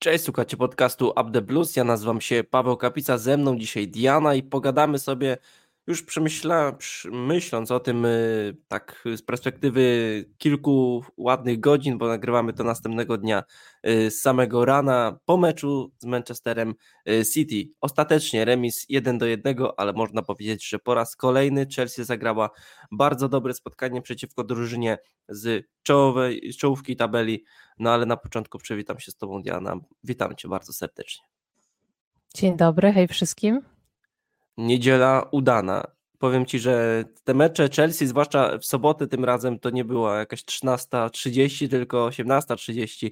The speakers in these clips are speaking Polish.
Cześć, słuchacie podcastu Up The Blues. Ja nazywam się Paweł Kapica, ze mną dzisiaj Diana i pogadamy sobie już myśląc o tym tak z perspektywy kilku ładnych godzin, bo nagrywamy to następnego dnia z samego rana po meczu z Manchesterem City. Ostatecznie remis 1-1, ale można powiedzieć, że po raz kolejny Chelsea zagrała bardzo dobre spotkanie przeciwko drużynie z czołówki tabeli. No ale na początku przywitam się z Tobą, Diana. Witam Cię bardzo serdecznie. Dzień dobry, hej wszystkim. Niedziela udana. Powiem Ci, że te mecze Chelsea, zwłaszcza w sobotę tym razem, to nie była jakaś 13:30, tylko 18:30.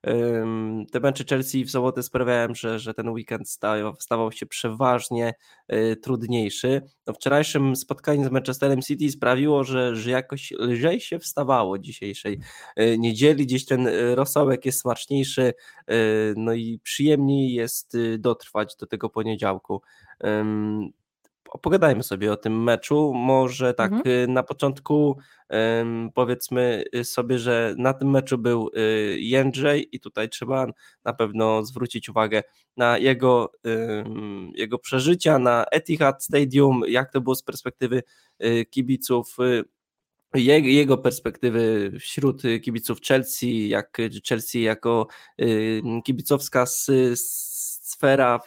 Te mecze Chelsea w sobotę sprawiałem, że ten weekend stawał się przeważnie trudniejszy. No, wczorajszym spotkanie z Manchesterem City sprawiło, że jakoś lżej się wstawało dzisiejszej niedzieli. Gdzieś ten rosołek jest smaczniejszy, no i przyjemniej jest dotrwać do tego poniedziałku. Opogadajmy sobie o tym meczu. Może tak na początku powiedzmy sobie, że na tym meczu był Jędrzej i tutaj trzeba na pewno zwrócić uwagę na jego przeżycia na Etihad Stadium, jak to było z perspektywy kibiców, jego perspektywy wśród kibiców Chelsea, jak Chelsea jako kibicowska sfera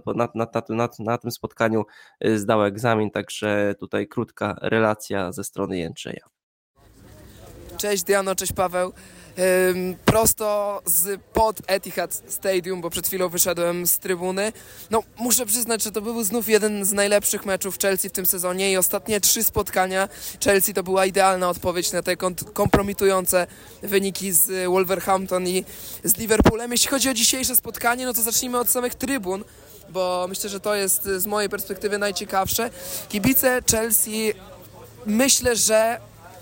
na tym spotkaniu zdała egzamin, także tutaj krótka relacja ze strony Jędrzeja. Cześć Diano, cześć Paweł. Prosto pod Etihad Stadium, bo przed chwilą wyszedłem z trybuny. No, muszę przyznać, że to był znów jeden z najlepszych meczów Chelsea w tym sezonie i ostatnie 3 spotkania Chelsea to była idealna odpowiedź na te kompromitujące wyniki z Wolverhampton i z Liverpoolem. Jeśli chodzi o dzisiejsze spotkanie, no to zacznijmy od samych trybun, bo myślę, że to jest z mojej perspektywy najciekawsze. Kibice Chelsea, myślę, że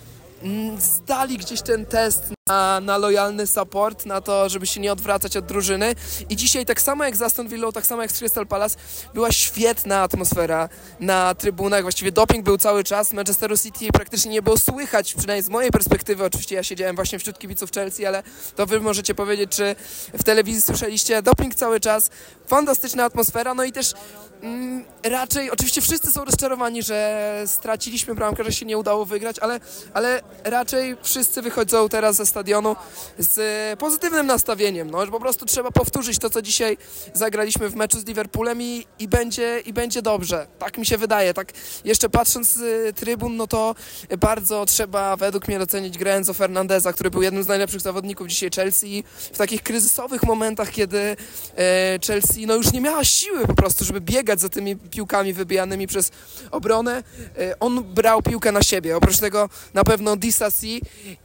zdali gdzieś ten test na lojalny support, na to, żeby się nie odwracać od drużyny i dzisiaj tak samo jak z Aston Villą, tak samo jak z Crystal Palace była świetna atmosfera na trybunach, właściwie doping był cały czas, Manchesteru City praktycznie nie było słychać, przynajmniej z mojej perspektywy, oczywiście ja siedziałem właśnie wśród kibiców Chelsea, ale to wy możecie powiedzieć, czy w telewizji słyszeliście, doping cały czas, fantastyczna atmosfera, no i też raczej, oczywiście wszyscy są rozczarowani, że straciliśmy bramkę, że się nie udało wygrać, ale raczej wszyscy wychodzą teraz ze stadionu z pozytywnym nastawieniem, no, że po prostu trzeba powtórzyć to, co dzisiaj zagraliśmy w meczu z Liverpoolem i będzie dobrze, tak mi się wydaje, tak jeszcze patrząc z trybun, no to bardzo trzeba według mnie docenić grę Enzo Fernandeza, który był jednym z najlepszych zawodników dzisiaj Chelsea w takich kryzysowych momentach, kiedy Chelsea no już nie miała siły po prostu, żeby biegać za tymi piłkami wybijanymi przez obronę, on brał piłkę na siebie, oprócz tego na pewno Disasi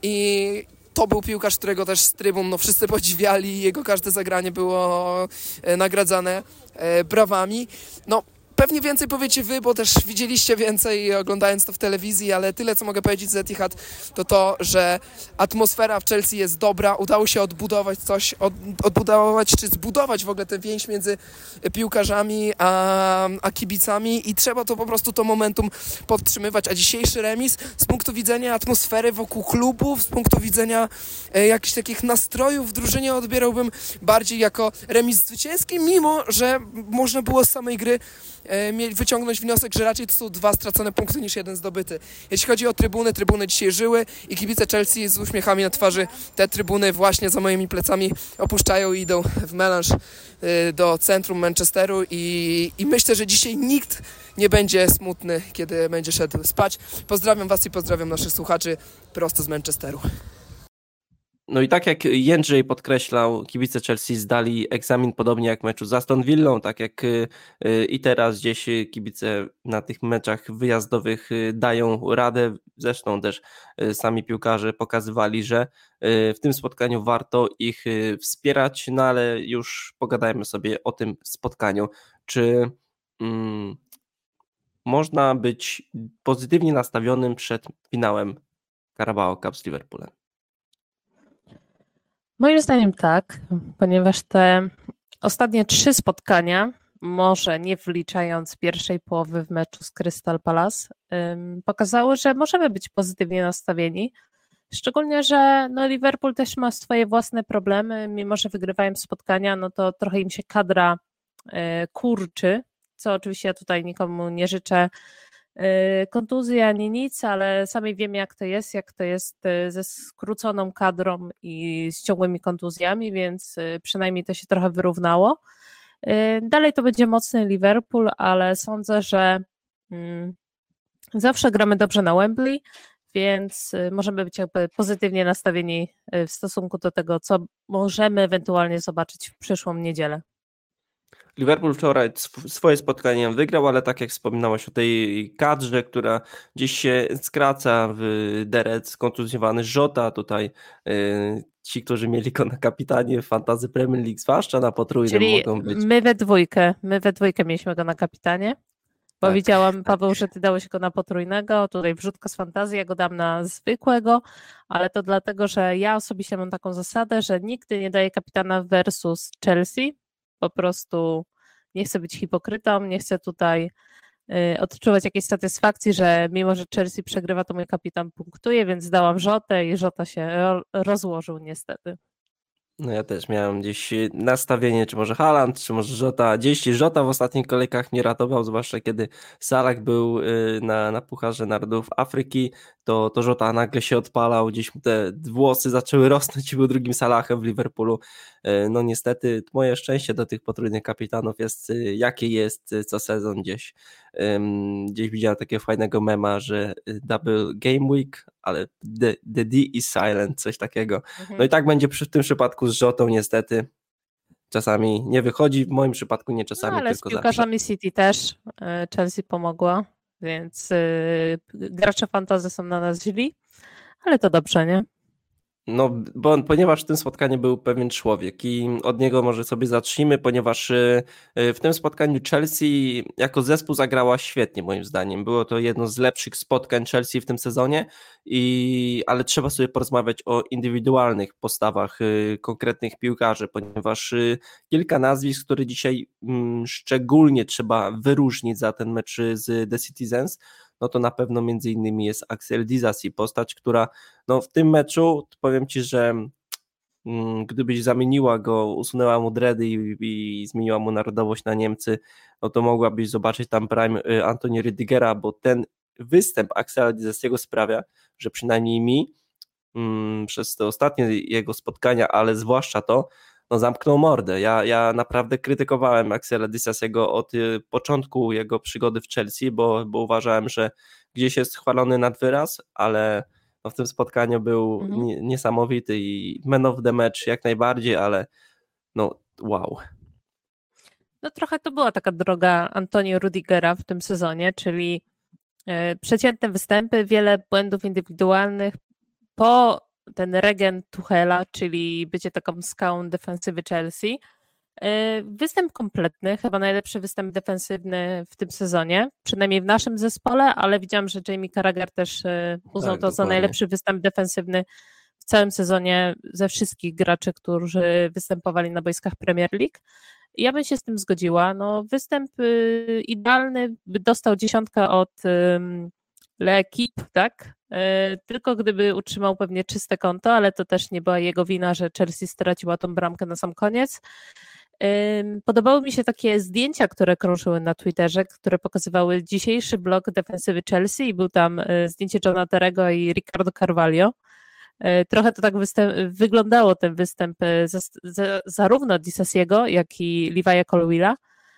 i to był piłkarz, którego też z trybun wszyscy podziwiali, jego każde zagranie było nagradzane brawami. No, pewnie więcej powiecie wy, bo też widzieliście więcej oglądając to w telewizji, ale tyle, co mogę powiedzieć z Etihad, to, że atmosfera w Chelsea jest dobra, udało się odbudować coś, odbudować czy zbudować w ogóle tę więź między piłkarzami a kibicami i trzeba to po prostu to momentum podtrzymywać, a dzisiejszy remis z punktu widzenia atmosfery wokół klubów, z punktu widzenia jakichś takich nastrojów w drużynie odbierałbym bardziej jako remis zwycięski, mimo że można było z samej gry wyciągnąć wniosek, że raczej to są 2 stracone punkty niż 1 zdobyty. Jeśli chodzi o trybuny dzisiaj żyły i kibice Chelsea z uśmiechami na twarzy te trybuny właśnie za moimi plecami opuszczają i idą w melanż do centrum Manchesteru i myślę, że dzisiaj nikt nie będzie smutny, kiedy będzie szedł spać. Pozdrawiam was i pozdrawiam naszych słuchaczy prosto z Manchesteru. No i tak jak Jędrzej podkreślał, kibice Chelsea zdali egzamin podobnie jak w meczu z Aston Villą, tak jak i teraz gdzieś kibice na tych meczach wyjazdowych dają radę. Zresztą też sami piłkarze pokazywali, że w tym spotkaniu warto ich wspierać, no ale już pogadajmy sobie o tym spotkaniu. Czy można być pozytywnie nastawionym przed finałem Carabao Cup z Liverpoolem? Moim zdaniem tak, ponieważ te ostatnie 3 spotkania, może nie wliczając pierwszej połowy w meczu z Crystal Palace, pokazały, że możemy być pozytywnie nastawieni Szczególnie, że no Liverpool też ma swoje własne problemy, mimo że wygrywają spotkania, no to trochę im się kadra kurczy, co oczywiście ja tutaj nikomu nie życzę kontuzji ani nic, ale sami wiemy jak to jest ze skróconą kadrą i z ciągłymi kontuzjami, więc przynajmniej to się trochę wyrównało. Dalej to będzie mocny Liverpool, ale sądzę, że zawsze gramy dobrze na Wembley, więc możemy być jakby pozytywnie nastawieni w stosunku do tego, co możemy ewentualnie zobaczyć w przyszłą niedzielę. Liverpool wczoraj swoje spotkanie wygrał, ale tak jak wspominałaś o tej kadrze, która gdzieś się skraca, w Deret skontuzjowany Jota, tutaj ci, którzy mieli go na kapitanie w Fantasy Premier League, zwłaszcza na potrójnym, Czyli mogą być. my we dwójkę mieliśmy go na kapitanie, bo Tak, widziałam, Paweł, że ty dałeś go na potrójnego, tutaj wrzutka z fantazji, ja go dam na zwykłego, ale to dlatego, że ja osobiście mam taką zasadę, że nigdy nie daję kapitana versus Chelsea, po prostu nie chcę być hipokrytą, nie chcę tutaj odczuwać jakiejś satysfakcji, że mimo, że Chelsea przegrywa, to mój kapitan punktuje, więc dałam Rzotę i Rzota się rozłożył niestety. No ja też miałem gdzieś nastawienie, czy może Haaland, czy może Jota. Gdzieś Jota w ostatnich kolejkach mnie ratował, zwłaszcza kiedy Salah był na Pucharze Narodów Afryki, to Jota nagle się odpalał, gdzieś mu te włosy zaczęły rosnąć i był drugim Salahem w Liverpoolu. No niestety moje szczęście do tych potrójnych kapitanów jest jakie jest co sezon gdzieś. Gdzieś widziałem takiego fajnego mema, że double game week, ale the D is silent, coś takiego. No i tak będzie w tym przypadku z Jotą niestety. Czasami nie wychodzi, w moim przypadku nie czasami, ale tylko z piłkarzami zawsze. City też Chelsea pomogła, więc gracze fantasy są na nas źli, ale to dobrze, nie? No, ponieważ w tym spotkaniu był pewien człowiek i od niego może sobie zacznijmy, ponieważ w tym spotkaniu Chelsea jako zespół zagrała świetnie moim zdaniem. Było to jedno z lepszych spotkań Chelsea w tym sezonie, ale trzeba sobie porozmawiać o indywidualnych postawach konkretnych piłkarzy, ponieważ kilka nazwisk, które dzisiaj szczególnie trzeba wyróżnić za ten mecz z The Citizens, no to na pewno między innymi jest Axel Disasi, postać, która no w tym meczu, powiem Ci, że gdybyś zamieniła go, usunęła mu dready i zmieniła mu narodowość na Niemcy, no to mogłabyś zobaczyć tam prime Antoni Rüdigera, bo ten występ Axela Disasiego sprawia, że przynajmniej mi przez te ostatnie jego spotkania, ale zwłaszcza to, no zamknął mordę. Ja naprawdę krytykowałem Axela Disasiego od początku jego przygody w Chelsea, bo uważałem, że gdzieś jest chwalony nad wyraz, ale no w tym spotkaniu był niesamowity i man of the match jak najbardziej, ale no wow. No trochę to była taka droga Antonio Rüdigera w tym sezonie, czyli przeciętne występy, wiele błędów indywidualnych, po ten regen Tuchela, czyli bycie taką skałą defensywy Chelsea. Występ kompletny, chyba najlepszy występ defensywny w tym sezonie, przynajmniej w naszym zespole, ale widziałam, że Jamie Carragher też uznał to za najlepszy występ defensywny w całym sezonie ze wszystkich graczy, którzy występowali na boiskach Premier League. Ja bym się z tym zgodziła. No, występ idealny, dostał 10 od L'Equipe, tak? Tylko gdyby utrzymał pewnie czyste konto, ale to też nie była jego wina, że Chelsea straciła tą bramkę na sam koniec. Podobały mi się takie zdjęcia, które krążyły na Twitterze, które pokazywały dzisiejszy blok defensywy Chelsea i był tam zdjęcie Johna Terrego i Ricardo Carvalho. Trochę to tak wyglądało ten występ zarówno Disasiego, jak i Levi'a Colwilla.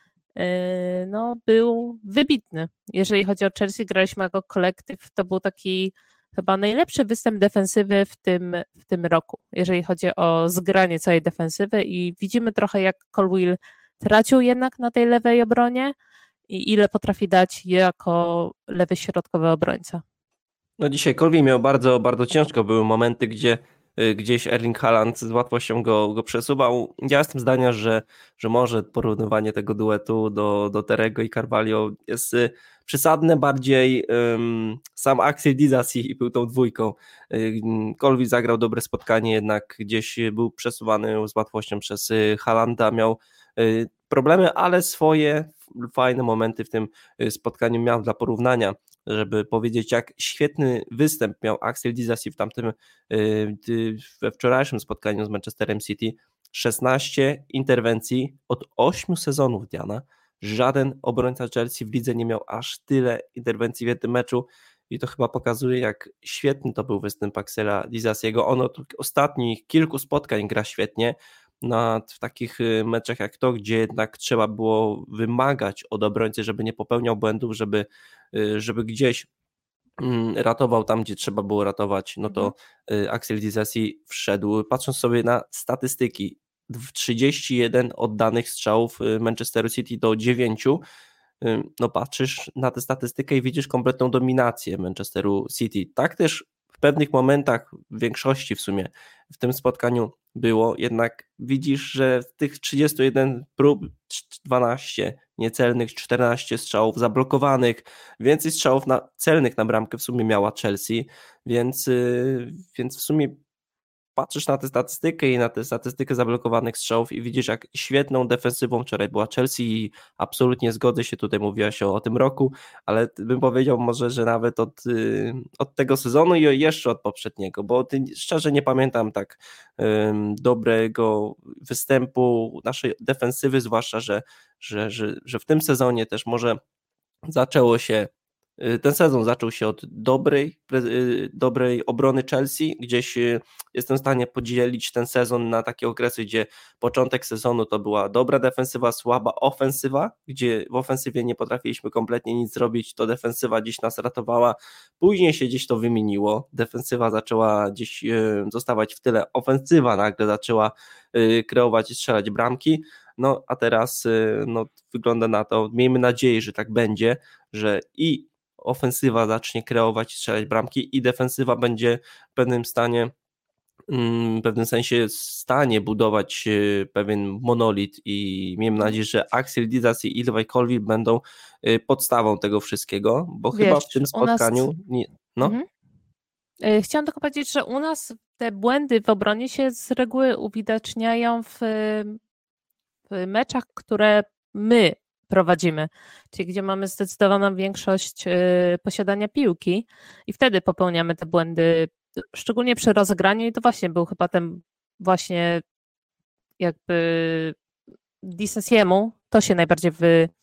No, był wybitny. Jeżeli chodzi o Chelsea, graliśmy jako kolektyw, to był taki chyba najlepszy występ defensywy w tym roku, jeżeli chodzi o zgranie całej defensywy i widzimy trochę jak Colwill tracił jednak na tej lewej obronie i ile potrafi dać jako lewy środkowy obrońca. No dzisiaj Colwill miał bardzo, bardzo ciężko, były momenty, gdzie gdzieś Erling Haaland z łatwością go przesuwał. Ja jestem zdania, że może porównywanie tego duetu do Terrego i Carvalho jest przesadne, bardziej sam Axel Disasi był tą dwójką. Colwill zagrał dobre spotkanie, jednak gdzieś był przesuwany z łatwością przez Haalanda, miał problemy, ale swoje fajne momenty w tym spotkaniu miał dla porównania, żeby powiedzieć, jak świetny występ miał Axel Disasi we wczorajszym spotkaniu z Manchesterem City. 16 interwencji od 8 sezonów, Diana. Żaden obrońca Chelsea w lidze nie miał aż tyle interwencji w jednym meczu i to chyba pokazuje, jak świetny to był występ Axela Disasiego. On od ostatnich kilku spotkań gra świetnie, w takich meczach jak to, gdzie jednak trzeba było wymagać od obrońcy, żeby nie popełniał błędów, żeby gdzieś ratował tam, gdzie trzeba było ratować, no to Axel Disasi wszedł. Patrząc sobie na statystyki, 31 oddanych strzałów Manchesteru City do 9, no patrzysz na tę statystykę i widzisz kompletną dominację Manchesteru City. Tak też w pewnych momentach, w większości w sumie w tym spotkaniu było, jednak widzisz, że z tych 31 prób 12 niecelnych, 14 strzałów zablokowanych, więcej strzałów celnych na bramkę w sumie miała Chelsea, więc w sumie patrzysz na tę statystykę i na tę statystykę zablokowanych strzałów i widzisz, jak świetną defensywą wczoraj była Chelsea i absolutnie zgodzę się, tutaj mówiłaś o tym roku, ale bym powiedział może, że nawet od tego sezonu i jeszcze od poprzedniego, bo szczerze nie pamiętam tak dobrego występu naszej defensywy, zwłaszcza, że w tym sezonie też może ten sezon zaczął się od dobrej obrony Chelsea, gdzieś jestem w stanie podzielić ten sezon na takie okresy, gdzie początek sezonu to była dobra defensywa, słaba ofensywa, gdzie w ofensywie nie potrafiliśmy kompletnie nic zrobić, to defensywa gdzieś nas ratowała, później się gdzieś to wymieniło, defensywa zaczęła gdzieś zostawać w tyle, ofensywa nagle zaczęła kreować i strzelać bramki, no a teraz wygląda na to, miejmy nadzieję, że tak będzie, że i ofensywa zacznie kreować i strzelać bramki i defensywa będzie w pewnym sensie w stanie budować pewien monolit i miejmy nadzieję, że Axel Disasi i Levi Colwill będą podstawą tego wszystkiego, bo chyba w tym spotkaniu Chciałam tylko powiedzieć, że u nas te błędy w obronie się z reguły uwidaczniają w meczach, które my prowadzimy, czyli gdzie mamy zdecydowaną większość posiadania piłki i wtedy popełniamy te błędy, szczególnie przy rozegraniu i to właśnie był chyba ten właśnie jakby Disasiemu, to się najbardziej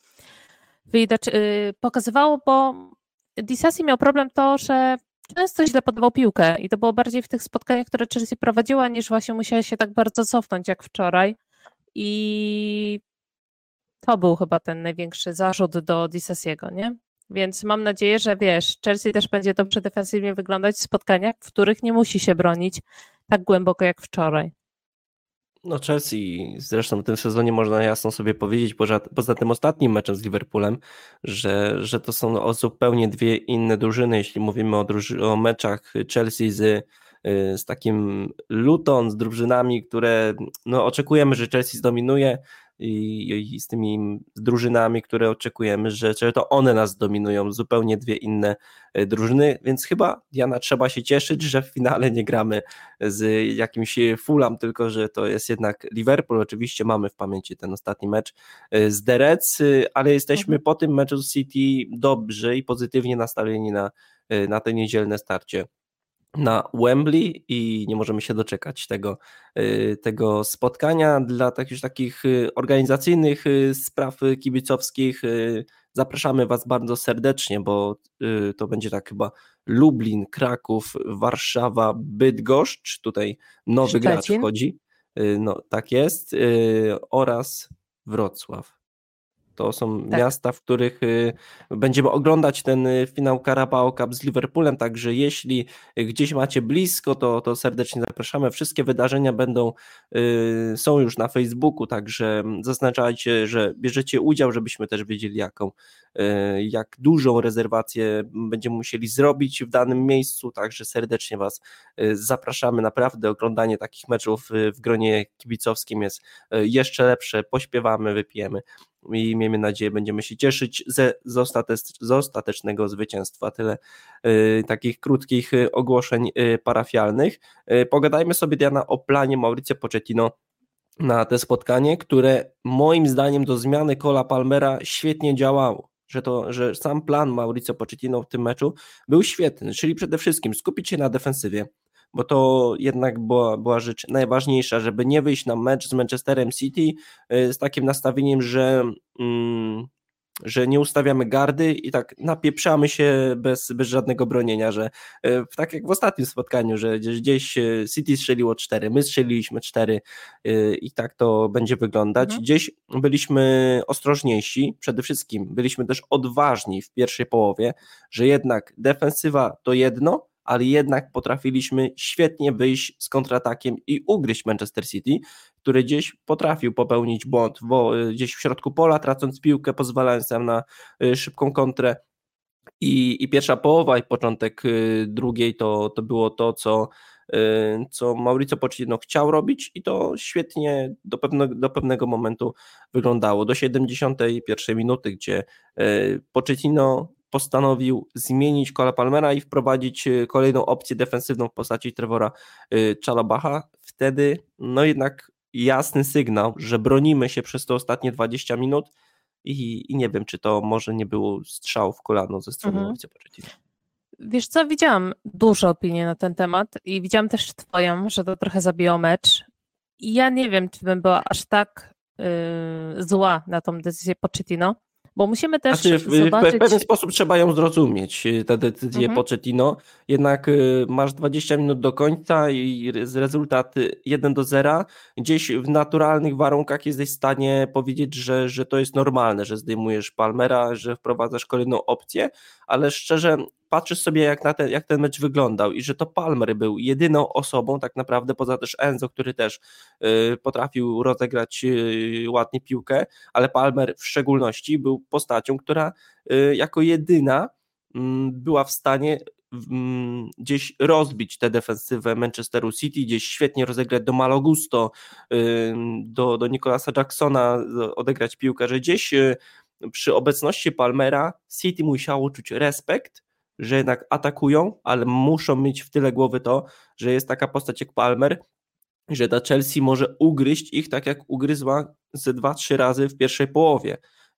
pokazywało, bo Disasi miał problem to, że często źle podawał piłkę i to było bardziej w tych spotkaniach, które Chelsea prowadziła, niż właśnie musiała się tak bardzo cofnąć jak wczoraj i to był chyba ten największy zarzut do Disasiego, nie? Więc mam nadzieję, że Chelsea też będzie dobrze defensywnie wyglądać w spotkaniach, w których nie musi się bronić tak głęboko jak wczoraj. No Chelsea zresztą w tym sezonie można jasno sobie powiedzieć, poza tym ostatnim meczem z Liverpoolem, że to są zupełnie dwie inne drużyny, jeśli mówimy o meczach Chelsea z takim Luton, z drużynami, które oczekujemy, że Chelsea zdominuje i z tymi drużynami, które oczekujemy, że to one nas dominują, zupełnie dwie inne drużyny, więc chyba, Diana, trzeba się cieszyć, że w finale nie gramy z jakimś Fulham, tylko że to jest jednak Liverpool. Oczywiście mamy w pamięci ten ostatni mecz z The Reds, ale jesteśmy po tym meczu z City dobrzy i pozytywnie nastawieni na te niedzielne starcie na Wembley i nie możemy się doczekać tego spotkania. Dla takich organizacyjnych spraw kibicowskich zapraszamy Was bardzo serdecznie, bo to będzie tak chyba Lublin, Kraków, Warszawa, Bydgoszcz, tutaj nowy gracz wchodzi, no tak jest, oraz Wrocław. To są miasta, w których będziemy oglądać ten finał Carabao Cup z Liverpoolem, także jeśli gdzieś macie blisko, to serdecznie zapraszamy. Wszystkie wydarzenia są już na Facebooku, także zaznaczajcie, że bierzecie udział, żebyśmy też wiedzieli, jak dużą rezerwację będziemy musieli zrobić w danym miejscu, także serdecznie Was zapraszamy. Naprawdę oglądanie takich meczów w gronie kibicowskim jest jeszcze lepsze, pośpiewamy, wypijemy i miejmy nadzieję, będziemy się cieszyć z ostatecznego zwycięstwa. Tyle takich krótkich ogłoszeń parafialnych. Pogadajmy sobie, Diana, o planie Mauricio Pochettino na te spotkanie, które moim zdaniem do zmiany Cole'a Palmera świetnie działało. Że sam plan Mauricio Pochettino w tym meczu był świetny, czyli przede wszystkim skupić się na defensywie, bo to jednak była rzecz najważniejsza, żeby nie wyjść na mecz z Manchesterem City z takim nastawieniem, że nie ustawiamy gardy i tak napieprzamy się bez żadnego bronienia, że tak jak w ostatnim spotkaniu, że gdzieś City strzeliło 4, my strzeliliśmy 4 i tak to będzie wyglądać. Gdzieś byliśmy ostrożniejsi, przede wszystkim byliśmy też odważni w pierwszej połowie, że jednak defensywa to jedno, ale jednak potrafiliśmy świetnie wyjść z kontratakiem i ugryźć Manchester City, który gdzieś potrafił popełnić błąd, bo gdzieś w środku pola, tracąc piłkę, pozwalając nam na szybką kontrę i pierwsza połowa i początek drugiej to było to, co Mauricio Pochettino chciał robić i to świetnie do pewnego momentu wyglądało. Do 71 minuty, gdzie Pochettino postanowił zmienić Cole'a Palmera i wprowadzić kolejną opcję defensywną w postaci Trevora Chalabaha. Wtedy no jednak jasny sygnał, że bronimy się przez te ostatnie 20 minut i nie wiem, czy to może nie było strzał w kolano ze strony Mauricio Pochettino. Wiesz co, widziałam dużo opinii na ten temat i widziałam też twoją, że to trochę zabiło mecz. I ja nie wiem, czy bym była aż tak zła na tą decyzję Pochettino, bo musimy też zobaczyć... W pewien sposób trzeba ją zrozumieć, tę decyzję Pochettino. Jednak masz 20 minut do końca i rezultat 1-0. Gdzieś w naturalnych warunkach jesteś w stanie powiedzieć, że to jest normalne, że zdejmujesz Palmera, że wprowadzasz kolejną opcję, ale szczerze patrzysz sobie jak ten mecz wyglądał i że to Palmer był jedyną osobą tak naprawdę, poza też Enzo, który też potrafił rozegrać ładnie piłkę, ale Palmer w szczególności był postacią, która jako jedyna była w stanie gdzieś rozbić tę defensywę Manchesteru City, gdzieś świetnie rozegrać do Malo Gusto, do Nicolasa Jacksona odegrać piłkę, że gdzieś przy obecności Palmera City musiało czuć respekt, że jednak atakują, ale muszą mieć w tyle głowy to, że jest taka postać jak Palmer, że ta Chelsea może ugryźć ich tak jak ugryzła ze 2-3 razy w pierwszej połowie.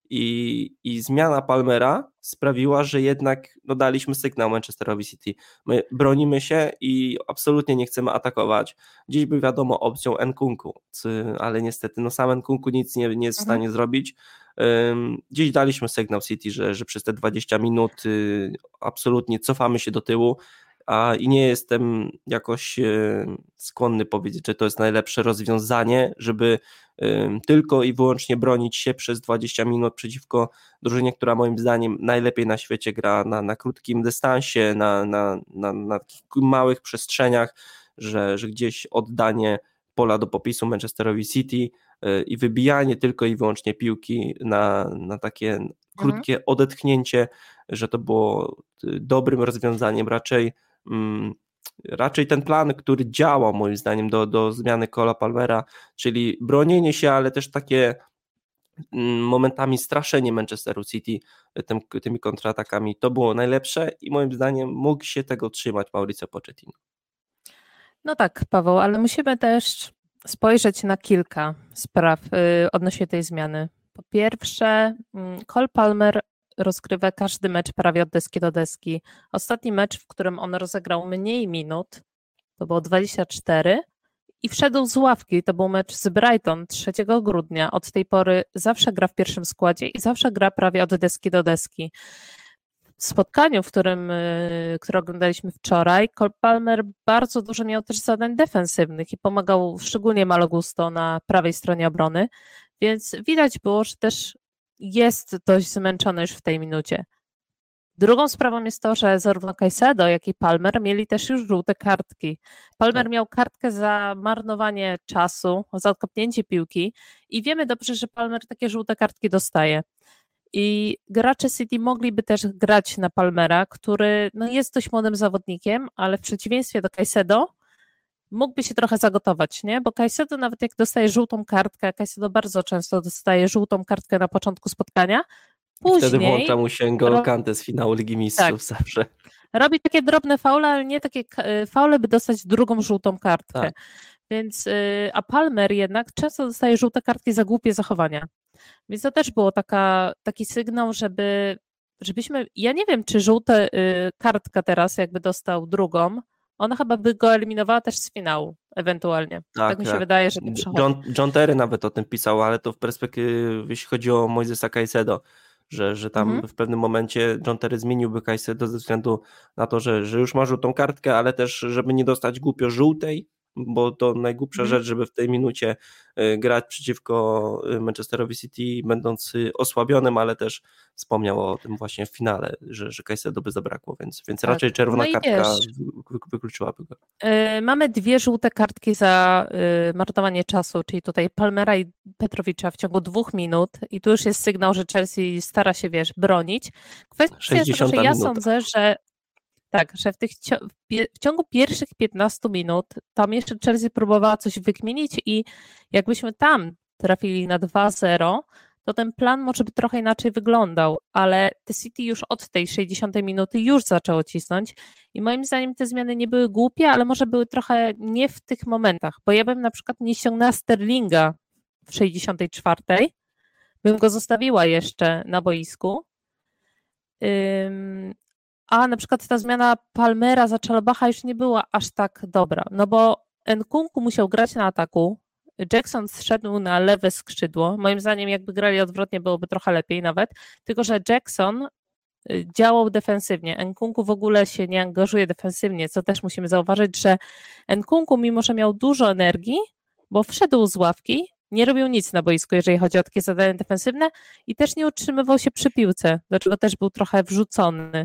I zmiana Palmera sprawiła, że jednak daliśmy sygnał Manchesterowi City. My bronimy się i absolutnie nie chcemy atakować. Dziś by wiadomo opcją Nkunku, ale niestety sam Nkunku nic nie jest w stanie zrobić. Dziś daliśmy sygnał City, że przez te 20 minut absolutnie cofamy się do tyłu i nie jestem jakoś skłonny powiedzieć, że to jest najlepsze rozwiązanie, żeby tylko i wyłącznie bronić się przez 20 minut przeciwko drużynie, która moim zdaniem najlepiej na świecie gra na krótkim dystansie, na takich małych przestrzeniach, że gdzieś oddanie pola do popisu Manchesterowi City i wybijanie tylko i wyłącznie piłki na takie krótkie odetchnięcie, że to było dobrym rozwiązaniem. Raczej ten plan, który działał moim zdaniem do zmiany Cole'a Palmera, czyli bronienie się, ale też takie momentami straszenie Manchesteru City tymi kontratakami, to było najlepsze i moim zdaniem mógł się tego trzymać Mauricio Pochettino. No tak, Paweł, ale musimy też spojrzeć na kilka spraw odnośnie tej zmiany. Po pierwsze, Cole Palmer rozgrywa każdy mecz prawie od deski do deski. Ostatni mecz, w którym on rozegrał mniej minut, to było 24 i wszedł z ławki, to był mecz z Brighton 3 grudnia. Od tej pory zawsze gra w pierwszym składzie i zawsze gra prawie od deski do deski. W spotkaniu, które oglądaliśmy wczoraj, Cole Palmer bardzo dużo miał też zadań defensywnych i pomagał szczególnie Malo Gusto na prawej stronie obrony, więc widać było, że też jest dość zmęczony już w tej minucie. Drugą sprawą jest to, że zarówno Caicedo, jak i Palmer mieli też już żółte kartki. Palmer miał kartkę za marnowanie czasu, za odkopnięcie piłki i wiemy dobrze, że Palmer takie żółte kartki dostaje. I gracze City mogliby też grać na Palmera, który jest dość młodym zawodnikiem, ale w przeciwieństwie do Caicedo mógłby się trochę zagotować, nie? Bo Caicedo nawet jak dostaje żółtą kartkę, Caicedo bardzo często dostaje żółtą kartkę na początku spotkania, później... Wtedy włącza mu się N'Golo Kanté z finału Ligi Mistrzów zawsze. Robi takie drobne faule, ale nie takie faule, by dostać drugą żółtą kartkę. Tak. Więc, a Palmer jednak często dostaje żółte kartki za głupie zachowania. Więc to też było taki sygnał, żebyśmy, ja nie wiem, czy żółta kartka teraz jakby dostał drugą, ona chyba by go eliminowała też z finału ewentualnie. Tak mi się wydaje, że to przechodzi. John Terry nawet o tym pisał, ale to w perspektywie, jeśli chodzi o Moisesa Caicedo, że tam w pewnym momencie John Terry zmieniłby Caicedo ze względu na to, że już ma żółtą kartkę, ale też żeby nie dostać głupio żółtej, bo to najgłupsza rzecz, żeby w tej minucie grać przeciwko Manchesterowi City, będąc osłabionym, ale też wspomniał o tym właśnie w finale, że Caicedo by zabrakło, więc tak. Raczej czerwona kartka wykluczyłaby go. Mamy 2 żółte kartki za marnowanie czasu, czyli tutaj Palmera i Petrowicza w ciągu 2 minut i tu już jest sygnał, że Chelsea stara się, bronić. Kwestia jest taka, że ja sądzę, że tak, że w ciągu pierwszych 15 minut tam jeszcze Chelsea próbowała coś wykminić i jakbyśmy tam trafili na 2-0, to ten plan może by trochę inaczej wyglądał, ale te City już od tej 60 minuty już zaczęło cisnąć i moim zdaniem te zmiany nie były głupie, ale może były trochę nie w tych momentach, bo ja bym na przykład nie ściągnęła Sterlinga w 64, bym go zostawiła jeszcze na boisku, a na przykład ta zmiana Palmera za Chalobah'a już nie była aż tak dobra, no bo Nkunku musiał grać na ataku, Jackson zszedł na lewe skrzydło, moim zdaniem jakby grali odwrotnie byłoby trochę lepiej nawet, tylko że Jackson działał defensywnie, Nkunku w ogóle się nie angażuje defensywnie, co też musimy zauważyć, że Nkunku mimo, że miał dużo energii, bo wszedł z ławki, nie robił nic na boisku, jeżeli chodzi o takie zadania defensywne i też nie utrzymywał się przy piłce, do czego też był trochę wrzucony.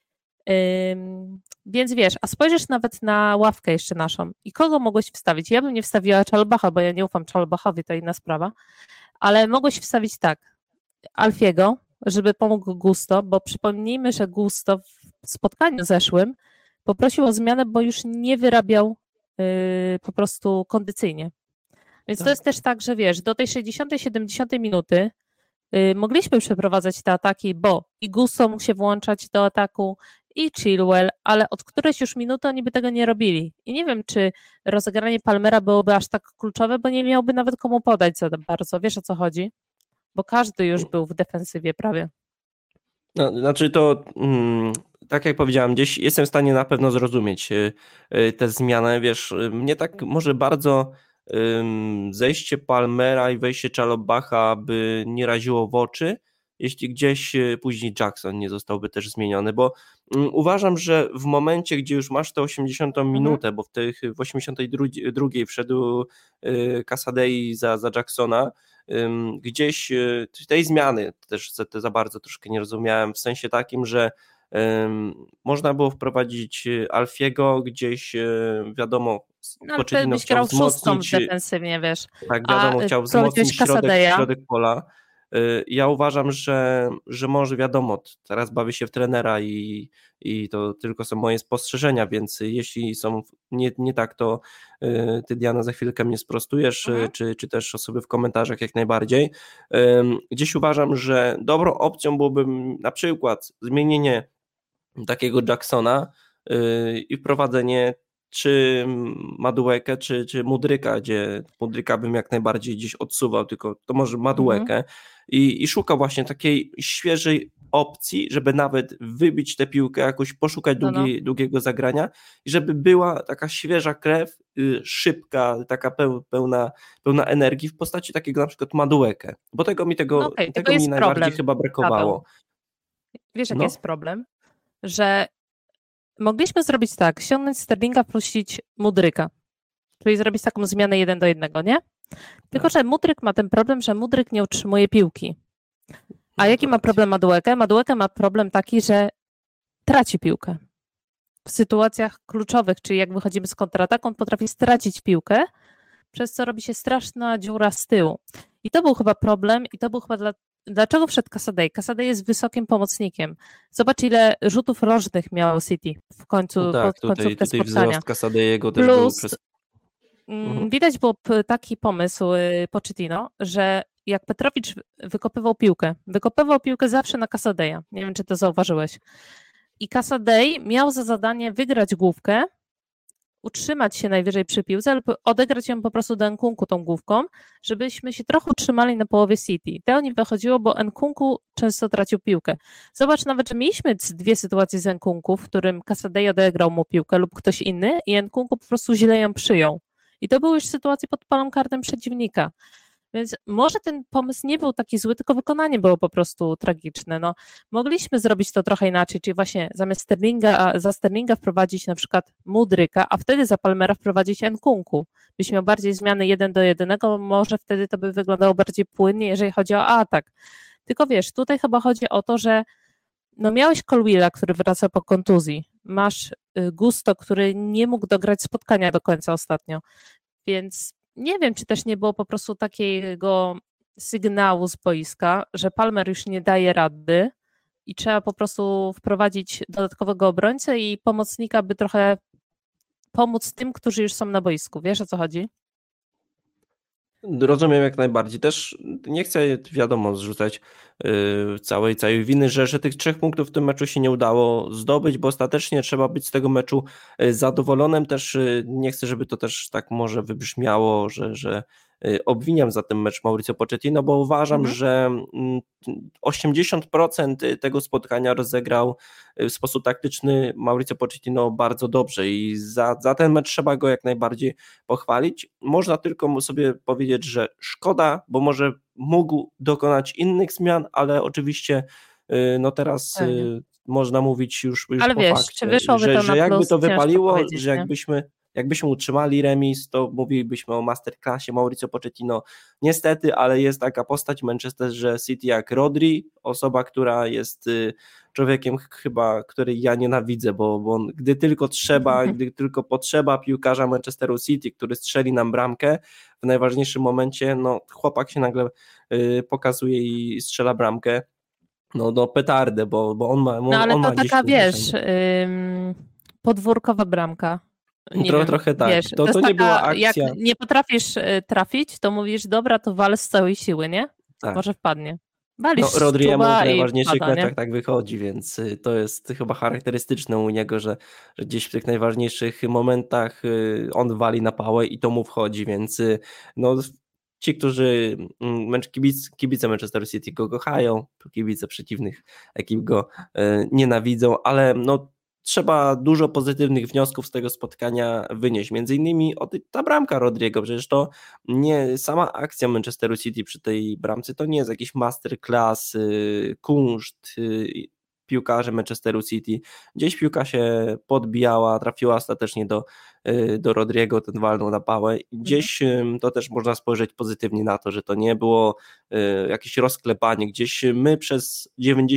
Więc a spojrzysz nawet na ławkę jeszcze naszą i kogo mogłeś wstawić? Ja bym nie wstawiła Chalobah'a, bo ja nie ufam Chalobah'owi, to inna sprawa, ale mogłeś wstawić tak, Alfiego, żeby pomógł Gusto, bo przypomnijmy, że Gusto w spotkaniu zeszłym poprosił o zmianę, bo już nie wyrabiał po prostu kondycyjnie. Więc to jest też tak, że do tej 60-70 minuty mogliśmy przeprowadzać te ataki, bo i Gusto mógł się włączać do ataku, i Chilwell, ale od którejś już minuty oni by tego nie robili. I nie wiem, czy rozegranie Palmera byłoby aż tak kluczowe, bo nie miałby nawet komu podać za bardzo. Wiesz, o co chodzi? Bo każdy już był w defensywie prawie. No, znaczy to, tak jak powiedziałem, gdzieś jestem w stanie na pewno zrozumieć tę zmianę. Mnie tak może bardzo zejście Palmera i wejście Chalobah'a by nie raziło w oczy, jeśli gdzieś później Jackson nie zostałby też zmieniony, bo uważam, że w momencie, gdzie już masz tę 80 minutę, bo w 82 wszedł Casadei za Jacksona, gdzieś tej zmiany też za bardzo troszkę nie rozumiałem, w sensie takim, że można było wprowadzić Alfiego, gdzieś, wiadomo, Pochettino chciał wzmocnić defensywnie, tak, wiadomo, chciał wzmocnić środek pola. Ja uważam, że może, wiadomo, teraz bawię się w trenera i to tylko są moje spostrzeżenia, więc jeśli są nie tak, to ty, Diana, za chwilkę mnie sprostujesz, czy też osoby w komentarzach jak najbardziej. Gdzieś uważam, że dobrą opcją byłoby na przykład zmienienie takiego Jacksona i wprowadzenie czy Maduekę, czy Mudryka, gdzie Mudryka bym jak najbardziej gdzieś odsuwał, tylko to może Maduekę i szukał właśnie takiej świeżej opcji, żeby nawet wybić tę piłkę, jakoś poszukać długiego zagrania i żeby była taka świeża krew, szybka, taka pełna energii w postaci takiego na przykład Maduekę, bo tego mi najbardziej problem, chyba brakowało. Wiesz, jaki jest problem? Że mogliśmy zrobić tak, ściągnąć Sterlinga, puścić Mudryka, czyli zrobić taką zmianę 1-1, nie? Tylko, że Mudryk ma ten problem, że Mudryk nie utrzymuje piłki. A jaki ma problem Madueke? Madueke ma problem taki, że traci piłkę. W sytuacjach kluczowych, czyli jak wychodzimy z kontrataku, on potrafi stracić piłkę, przez co robi się straszna dziura z tyłu. I to był chyba problem i to był chyba dlaczego wszedł Casadei? Casadei jest wysokim pomocnikiem. Zobacz, ile rzutów rożnych miało City w końcu, końcówkę spotkania. Casadeiego też był przez... Widać było taki pomysł Pochettino, że jak Petrowicz wykopywał piłkę zawsze na Casadeia. Nie wiem, czy to zauważyłeś. I Casadei miał za zadanie wygrać główkę, utrzymać się najwyżej przy piłce, ale odegrać ją po prostu do Nkunku tą główką, żebyśmy się trochę utrzymali na połowie City. To nie wychodziło, bo Nkunku często tracił piłkę. Zobacz, nawet, że mieliśmy 2 sytuacje z Nkunku, w którym Casadei odegrał mu piłkę lub ktoś inny i Nkunku po prostu źle ją przyjął. I to były już sytuacje pod palą karnym przeciwnika. Więc może ten pomysł nie był taki zły, tylko wykonanie było po prostu tragiczne. No, mogliśmy zrobić to trochę inaczej, czyli właśnie zamiast za Sterlinga wprowadzić na przykład Mudryka, a wtedy za Palmera wprowadzić Nkunku. Byś miał bardziej zmiany 1-1, może wtedy to by wyglądało bardziej płynnie, jeżeli chodzi o atak. Tylko wiesz, tutaj chyba chodzi o to, że no miałeś Colwilla, który wraca po kontuzji, masz Gusto, który nie mógł dograć spotkania do końca ostatnio, więc nie wiem, czy też nie było po prostu takiego sygnału z boiska, że Palmer już nie daje rady i trzeba po prostu wprowadzić dodatkowego obrońcę i pomocnika, by trochę pomóc tym, którzy już są na boisku. Wiesz, o co chodzi? Rozumiem jak najbardziej. Też nie chcę, wiadomo, zrzucać całej winy, że tych 3 punktów w tym meczu się nie udało zdobyć, bo ostatecznie trzeba być z tego meczu zadowolonym. Też nie chcę, żeby to też tak może wybrzmiało, że obwiniam za ten mecz Mauricio Pochettino, bo uważam, że 80% tego spotkania rozegrał w sposób taktyczny Mauricio Pochettino bardzo dobrze i za ten mecz trzeba go jak najbardziej pochwalić. Można tylko sobie powiedzieć, że szkoda, bo może mógł dokonać innych zmian, ale oczywiście no teraz można mówić już ale po wiesz, fakcie, czy wyszłoby to że na plus, jakby to wypaliło, że nie? jakbyśmy utrzymali remis, to mówilibyśmy o masterclassie Mauricio Pochettino. Niestety, ale jest taka postać w Manchesterze City jak Rodri, osoba, która jest człowiekiem chyba, który ja nienawidzę, bo on, gdy tylko potrzeba piłkarza Manchesteru City, który strzeli nam bramkę w najważniejszym momencie, no chłopak się nagle pokazuje i strzela bramkę. No petardę, bo on ma. No ale on to ma taka, wiesz, podwórkowa bramka. Trochę tak. Wiesz, To nie była akcja. Jak nie potrafisz trafić, to mówisz, dobra, to wal z całej siły, nie? Tak. Może wpadnie. Walisz Rodriemu w najważniejszych wpada, meczach tak wychodzi, więc to jest chyba charakterystyczne u niego, że gdzieś w tych najważniejszych momentach on wali na pałę i to mu wchodzi, więc no ci, którzy kibice Manchester City go kochają, kibice przeciwnych ekip go nienawidzą, ale no trzeba dużo pozytywnych wniosków z tego spotkania wynieść. Między innymi ta bramka Rodriego, przecież to nie sama akcja Manchesteru City przy tej bramce, to nie jest jakiś masterclass, kunszt piłkarzy Manchesteru City. Gdzieś piłka się podbijała, trafiła ostatecznie do Rodriego, ten walnął na pałę. Gdzieś to też można spojrzeć pozytywnie na to, że to nie było jakieś rozklepanie. Gdzieś my przez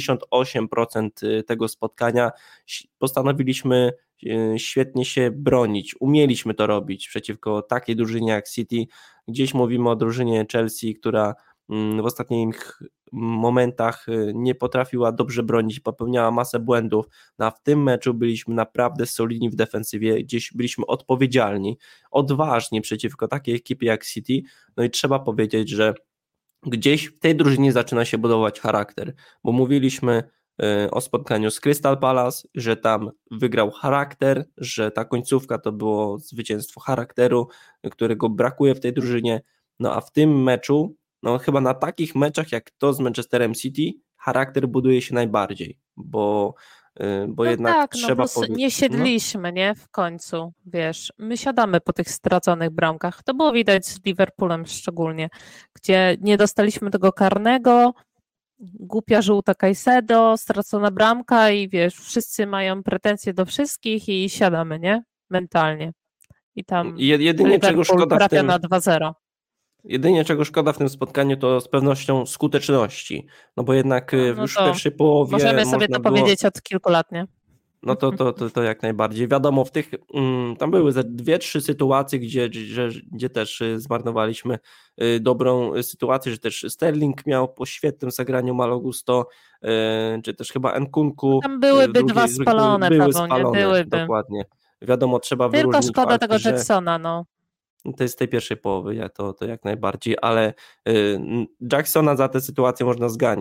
98% tego spotkania postanowiliśmy świetnie się bronić. Umieliśmy to robić przeciwko takiej drużynie jak City. Gdzieś mówimy o drużynie Chelsea, która w ostatnich momentach nie potrafiła dobrze bronić, popełniała masę błędów, a w tym meczu byliśmy naprawdę solidni w defensywie, gdzieś byliśmy odpowiedzialni, odważni przeciwko takiej ekipie jak City, no i trzeba powiedzieć, że gdzieś w tej drużynie zaczyna się budować charakter, bo mówiliśmy o spotkaniu z Crystal Palace, że tam wygrał charakter, że ta końcówka to było zwycięstwo charakteru, którego brakuje w tej drużynie, no a w tym meczu no chyba na takich meczach jak to z Manchesterem City charakter buduje się najbardziej, bo jednak tak, trzeba powiedzieć. Nie siedliśmy, nie? W końcu, wiesz, my siadamy po tych straconych bramkach. To było widać z Liverpoolem szczególnie, gdzie nie dostaliśmy tego karnego, głupia żółta Caicedo, stracona bramka i wiesz, wszyscy mają pretensje do wszystkich i siadamy, nie? Mentalnie. I tam jedynie czego szkoda w tym na 2-0. Jedynie czego szkoda w tym spotkaniu to z pewnością skuteczności, no bo jednak już w pierwszej połowie możemy sobie to powiedzieć od kilku lat, nie? No to jak najbardziej. Wiadomo, w tych tam były 2-3 sytuacje, gdzie też zmarnowaliśmy dobrą sytuację, że też Sterling miał po świetnym zagraniu Malo Gusto, czy też chyba Nkunku. Tam byłyby dwa spalone, byłyby. Dokładnie. Wiadomo, trzeba tylko wyróżnić szkoda fakt, tego Jacksona, no. To jest z tej pierwszej połowy, to jak najbardziej, ale Jacksona za tę sytuację można zganić,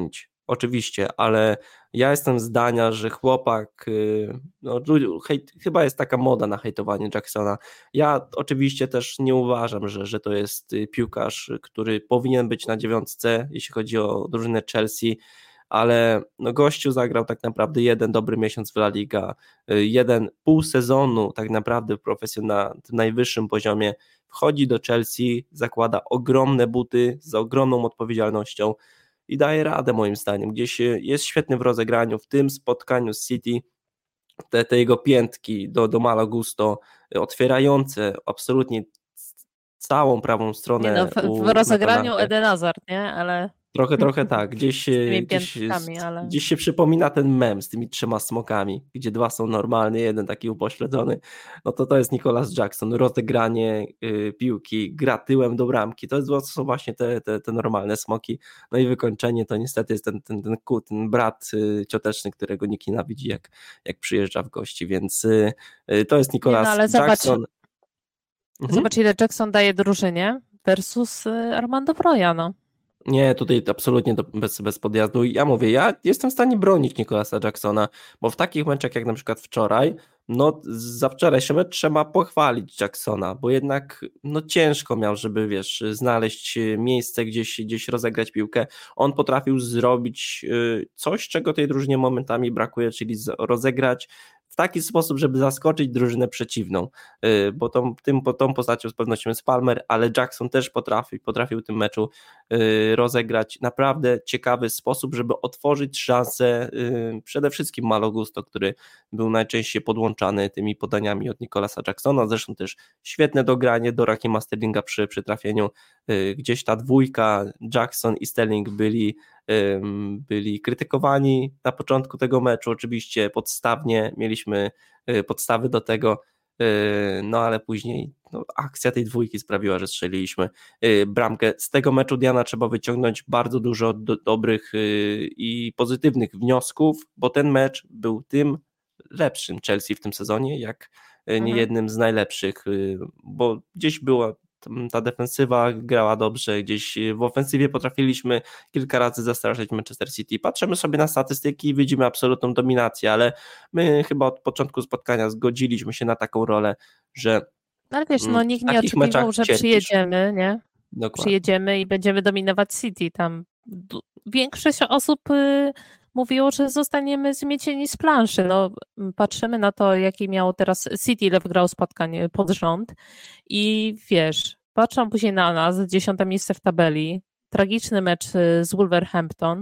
oczywiście, ale ja jestem zdania, że chłopak, no, chyba jest taka moda na hejtowanie Jacksona. Ja oczywiście też nie uważam, że to jest piłkarz, który powinien być na 9, jeśli chodzi o drużynę Chelsea, ale no gościu zagrał tak naprawdę jeden dobry miesiąc w La Liga, jeden pół sezonu tak naprawdę na tym najwyższym poziomie, wchodzi do Chelsea, zakłada ogromne buty z ogromną odpowiedzialnością i daje radę moim zdaniem, gdzieś jest świetny w rozegraniu, w tym spotkaniu z City, te jego piętki do Malo Gusto, otwierające absolutnie całą prawą stronę. Nie no, w rozegraniu Eden Hazard, nie? Ale... Trochę tak, gdzieś ale... się przypomina ten mem z tymi 3 smokami, gdzie 2 są normalne, jeden taki upośledzony, no to jest Nicholas Jackson, rozegranie piłki, gra tyłem do bramki, to są właśnie te normalne smoki, no i wykończenie to niestety jest ten brat cioteczny, którego nikt nienawidzi jak przyjeżdża w gości, więc to jest Nicholas Jackson. Zobacz, ile Jackson daje drużynie versus Armando Broja, no. Nie, tutaj absolutnie bez podjazdu. Ja mówię, ja jestem w stanie bronić Nicholasa Jacksona, bo w takich meczach jak na przykład wczoraj, no za wczorajszy mecz trzeba pochwalić Jacksona, bo jednak no ciężko miał, żeby wiesz, znaleźć miejsce, gdzieś rozegrać piłkę. On potrafił zrobić coś, czego tej drużynie momentami brakuje, czyli rozegrać w taki sposób, żeby zaskoczyć drużynę przeciwną, bo tą postacią z pewnością jest Palmer, ale Jackson też potrafił w tym meczu rozegrać naprawdę ciekawy sposób, żeby otworzyć szansę przede wszystkim Malo Gusto, który był najczęściej podłączany tymi podaniami od Nicholasa Jacksona, zresztą też świetne dogranie do Rahima Sterlinga przy trafieniu, gdzieś ta dwójka Jackson i Sterling byli krytykowani na początku tego meczu, oczywiście podstawnie, mieliśmy podstawy do tego, no ale później akcja tej dwójki sprawiła, że strzeliliśmy bramkę. Z tego meczu, Diana, trzeba wyciągnąć bardzo dużo dobrych i pozytywnych wniosków, bo ten mecz był tym lepszym Chelsea w tym sezonie, jak nie jednym z najlepszych, bo gdzieś była ta defensywa, grała dobrze, gdzieś w ofensywie potrafiliśmy kilka razy zastraszyć Manchester City. Patrzymy sobie na statystyki i widzimy absolutną dominację, ale my chyba od początku spotkania zgodziliśmy się na taką rolę, że ale wiesz, no nikt nie oczekiwał, że przyjedziemy, nie? Dokładnie. Przyjedziemy i będziemy dominować City. Tam większość osób mówiło, że zostaniemy zmiecieni z planszy. No, patrzymy na to, jaki miało teraz City, ile wygrał spotkań pod rząd i wiesz, patrzą później na nas, 10. miejsce w tabeli, tragiczny mecz z Wolverhampton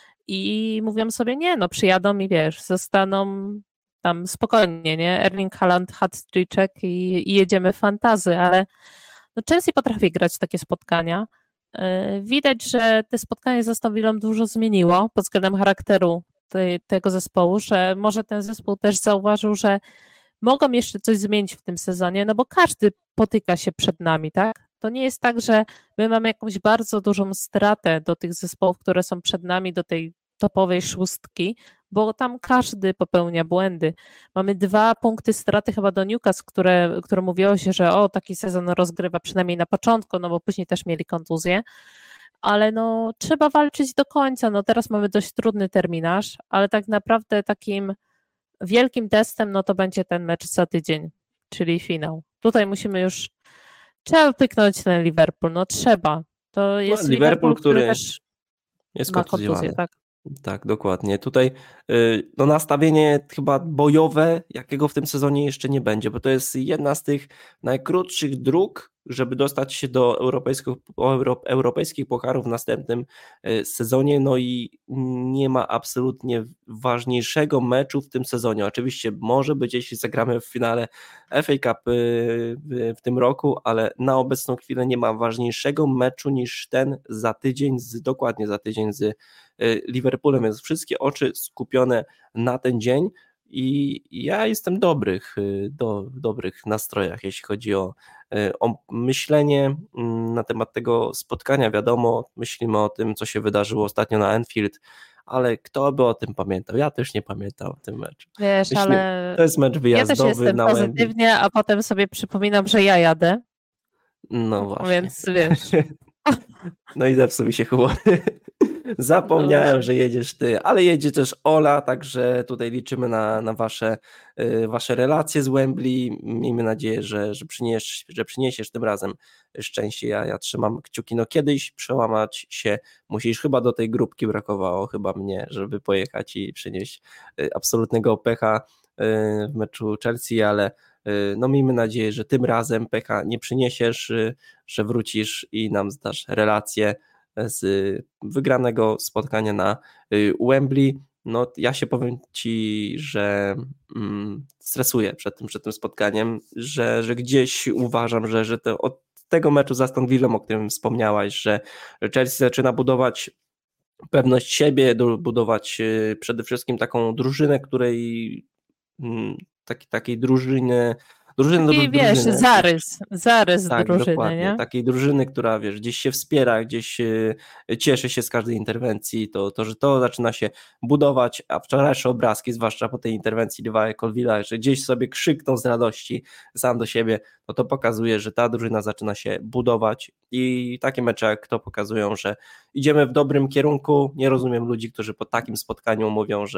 i mówią sobie, nie, no przyjadą i wiesz, zostaną tam spokojnie, nie? Erling Haaland, hat-triczek i jedziemy w fantazy, ale no Chelsea potrafi grać takie spotkania. Widać, że te spotkanie z Aston Villą dużo zmieniło pod względem charakteru tego zespołu, że może ten zespół też zauważył, że mogą jeszcze coś zmienić w tym sezonie, no bo każdy potyka się przed nami, tak? To nie jest tak, że my mamy jakąś bardzo dużą stratę do tych zespołów, które są przed nami, do tej topowej 6, bo tam każdy popełnia błędy. Mamy 2 punkty straty chyba do Newcastle, które mówiło się, że taki sezon rozgrywa przynajmniej na początku, no bo później też mieli kontuzję, ale no trzeba walczyć do końca. No teraz mamy dość trudny terminarz, ale tak naprawdę takim wielkim testem no to będzie ten mecz za tydzień, czyli finał. Tutaj trzeba pyknąć ten Liverpool, no trzeba. To jest Liverpool, który też jest ma kontuzję, tak. Tak, dokładnie. Tutaj nastawienie chyba bojowe, jakiego w tym sezonie jeszcze nie będzie, bo to jest jedna z tych najkrótszych dróg, żeby dostać się do europejskich pucharów w następnym sezonie, no i nie ma absolutnie ważniejszego meczu w tym sezonie. Oczywiście może być, jeśli zagramy w finale FA Cup w tym roku, ale na obecną chwilę nie ma ważniejszego meczu niż ten dokładnie za tydzień z Liverpoolem, więc wszystkie oczy skupione na ten dzień i ja jestem w dobrych nastrojach, jeśli chodzi o myślenie na temat tego spotkania. Wiadomo, myślimy o tym, co się wydarzyło ostatnio na Anfield, ale kto by o tym pamiętał? Ja też nie pamiętam o tym meczu. Wiesz, ale to jest mecz wyjazdowy. Ja też jestem pozytywnie, a potem sobie przypominam, że ja jadę. No właśnie. Więc wiesz. No i zepsuł mi się humor. Zapomniałem, że jedziesz ty, ale jedzie też Ola, także tutaj liczymy na wasze relacje z Wembley. Miejmy nadzieję, że przyniesiesz tym razem szczęście. Ja trzymam kciuki. No kiedyś przełamać się musisz. Chyba do tej grupki brakowało, chyba mnie, żeby pojechać i przynieść absolutnego pecha w meczu Chelsea, ale no miejmy nadzieję, że tym razem pecha nie przyniesiesz, że wrócisz i nam zdasz relację z wygranego spotkania na Wembley. No ja się powiem Ci, że stresuję przed tym spotkaniem, że gdzieś uważam, że od tego meczu z Aston Villą, o którym wspomniałaś, że Chelsea zaczyna budować pewność siebie, budować przede wszystkim taką drużynę, której takiej drużyny do Taki, wiesz, drużyny. zarys Tak, drużyny, dokładnie. nie? Takiej drużyny, która wiesz, gdzieś się wspiera, gdzieś cieszy się z każdej interwencji, że to zaczyna się budować, a wczorajsze obrazki, zwłaszcza po tej interwencji Levi'a Colwilla, że gdzieś sobie krzyknął z radości sam do siebie, to pokazuje, że ta drużyna zaczyna się budować i takie mecze jak to pokazują, że idziemy w dobrym kierunku. Nie rozumiem ludzi, którzy po takim spotkaniu mówią,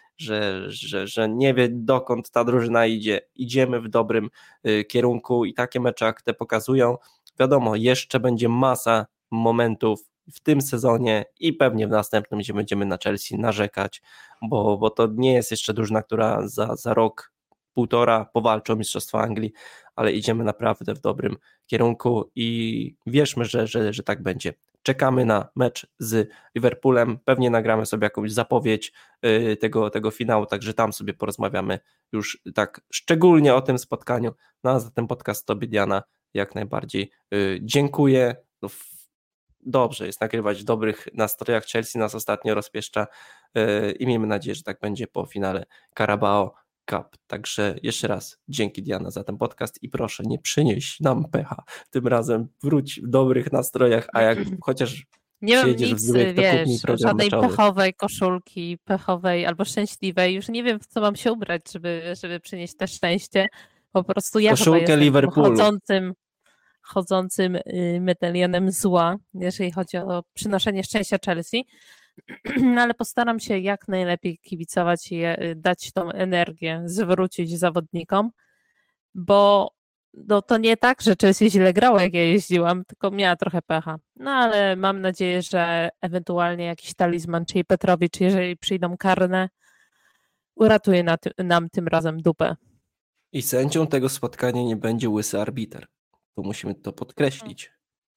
że nie wie dokąd ta drużyna idzie. Idziemy w dobrym kierunku i takie mecze jak te pokazują. Wiadomo, jeszcze będzie masa momentów w tym sezonie i pewnie w następnym, gdzie będziemy na Chelsea narzekać, bo to nie jest jeszcze drużyna, która za rok, półtora powalczy o Mistrzostwo Anglii, ale idziemy naprawdę w dobrym kierunku i wierzmy, że tak będzie. Czekamy na mecz z Liverpoolem, pewnie nagramy sobie jakąś zapowiedź tego finału, także tam sobie porozmawiamy już tak szczególnie o tym spotkaniu. No a za ten podcast Tobie, Diana, jak najbardziej dziękuję. No, dobrze jest nagrywać w dobrych nastrojach. Chelsea nas ostatnio rozpieszcza i miejmy nadzieję, że tak będzie po finale Carabao Cup. Także jeszcze raz dzięki, Diana, za ten podcast i proszę, nie przynieś nam pecha. Tym razem wróć w dobrych nastrojach, a jak chociaż nie mam przyjedziesz nic, w złych, to kup mi wiesz, program żadnej meczowy. pechowej koszulki, pechowej albo szczęśliwej. Już nie wiem, w co mam się ubrać, żeby przynieść te szczęście. Po prostu ja chyba Koszulkę jestem Liverpoolu. chodzącym medalionem zła, jeżeli chodzi o przynoszenie szczęścia Chelsea. Ale postaram się jak najlepiej kibicować i dać tą energię, zwrócić zawodnikom, bo to nie tak, że Chelsea źle grała, jak ja jeździłam, tylko miała trochę pecha. No ale mam nadzieję, że ewentualnie jakiś talizman, czyli Petrowicz, jeżeli przyjdą karne, uratuje nam tym razem dupę. I sędzią tego spotkania nie będzie łysy arbiter. To musimy to podkreślić.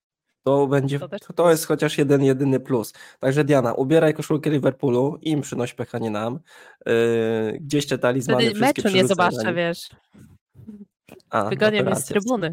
To jest chociaż jedyny plus. Także Diana, ubieraj koszulkę Liverpoolu i im przynoś pecha, nie nam. Gdzieś te talizmany Wtedy wszystkie meczu nie przerzucaj zobaczę, wiesz. A, Wygonię no to mnie z trybuny.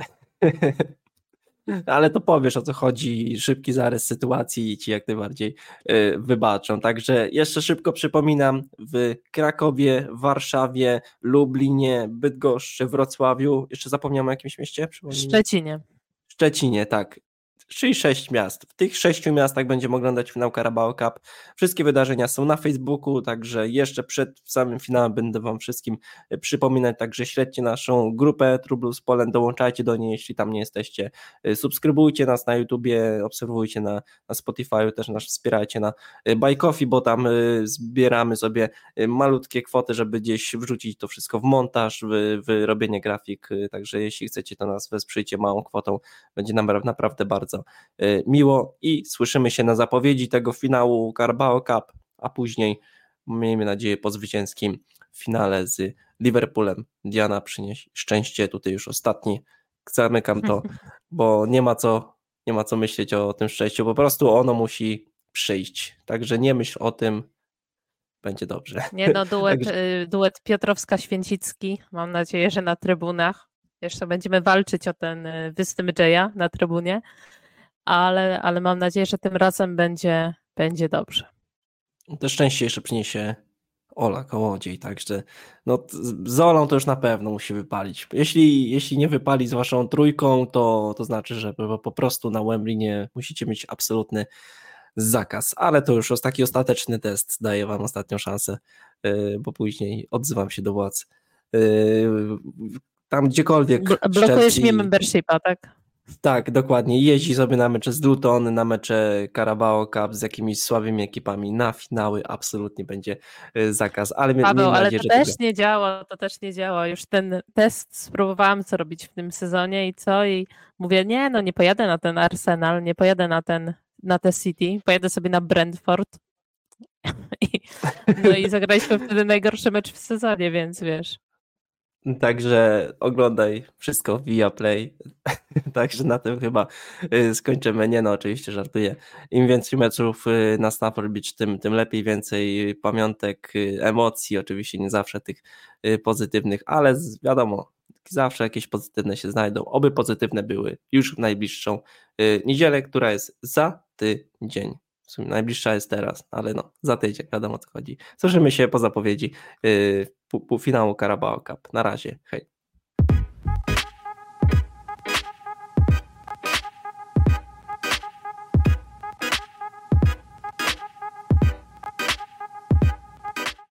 Ale to powiesz, o co chodzi, szybki zarys sytuacji i ci jak najbardziej wybaczą. Także jeszcze szybko przypominam, w Krakowie, Warszawie, Lublinie, Bydgoszczy, Wrocławiu, jeszcze zapomniałem o jakimś mieście? Szczecinie, tak. Czyli 6 miast. W tych 6 miastach będziemy oglądać finał Carabao Cup. Wszystkie wydarzenia są na Facebooku, także jeszcze przed samym finałem będę Wam wszystkim przypominać, także śledźcie naszą grupę True Blues Poland, dołączajcie do niej, jeśli tam nie jesteście, subskrybujcie nas na YouTubie, obserwujcie na Spotify, też nas wspierajcie na Buy Coffee, bo tam zbieramy sobie malutkie kwoty, żeby gdzieś wrzucić to wszystko w montaż, w robienie grafik, także jeśli chcecie, to nas wesprzyjcie małą kwotą, będzie nam naprawdę bardzo miło i słyszymy się na zapowiedzi tego finału Carabao Cup, a później miejmy nadzieję po zwycięskim finale z Liverpoolem. Diana, przynieś szczęście, tutaj już ostatni, zamykam to, bo nie ma co myśleć o tym szczęściu, po prostu ono musi przyjść, także nie myśl o tym, będzie dobrze. Nie no, duet Piotrowska-Święcicki, mam nadzieję, że na trybunach, jeszcze będziemy walczyć o ten występ Jaya na trybunie, ale mam nadzieję, że tym razem będzie dobrze. To szczęście jeszcze przyniesie Ola Kołodziej, także no, z Olą to już na pewno musi wypalić. Jeśli nie wypali z waszą trójką, to znaczy, że po prostu na Wembley nie musicie mieć absolutny zakaz, ale to już taki ostateczny test, daję wam ostatnią szansę, bo później odzywam się do władz. Tam gdziekolwiek Blokujesz mnie membershipa, tak? Tak, dokładnie. Jeździ sobie na mecze z Luton, na mecze Carabao Cup z jakimiś słabymi ekipami. Na finały absolutnie będzie zakaz. Ale Paweł, miejmy ale nadzieję, to że też nie działa, to też nie działa. Już ten test spróbowałam co robić w tym sezonie i mówię, nie, no nie pojadę na ten Arsenal, nie pojadę na te City, pojadę sobie na Brentford. No i zagraliśmy wtedy najgorszy mecz w sezonie, więc wiesz. Także oglądaj wszystko via Play. Także na tym chyba skończymy. Nie no, oczywiście żartuję. Im więcej meczów na Stamford Bridge, tym lepiej, więcej pamiątek, emocji, oczywiście nie zawsze tych pozytywnych, ale wiadomo, zawsze jakieś pozytywne się znajdą. Oby pozytywne były już w najbliższą niedzielę, która jest za tydzień. W sumie najbliższa jest teraz, ale no, za tydzień, wiadomo o co chodzi. Słyszymy się po zapowiedzi półfinału Carabao Cup. Na razie, hej.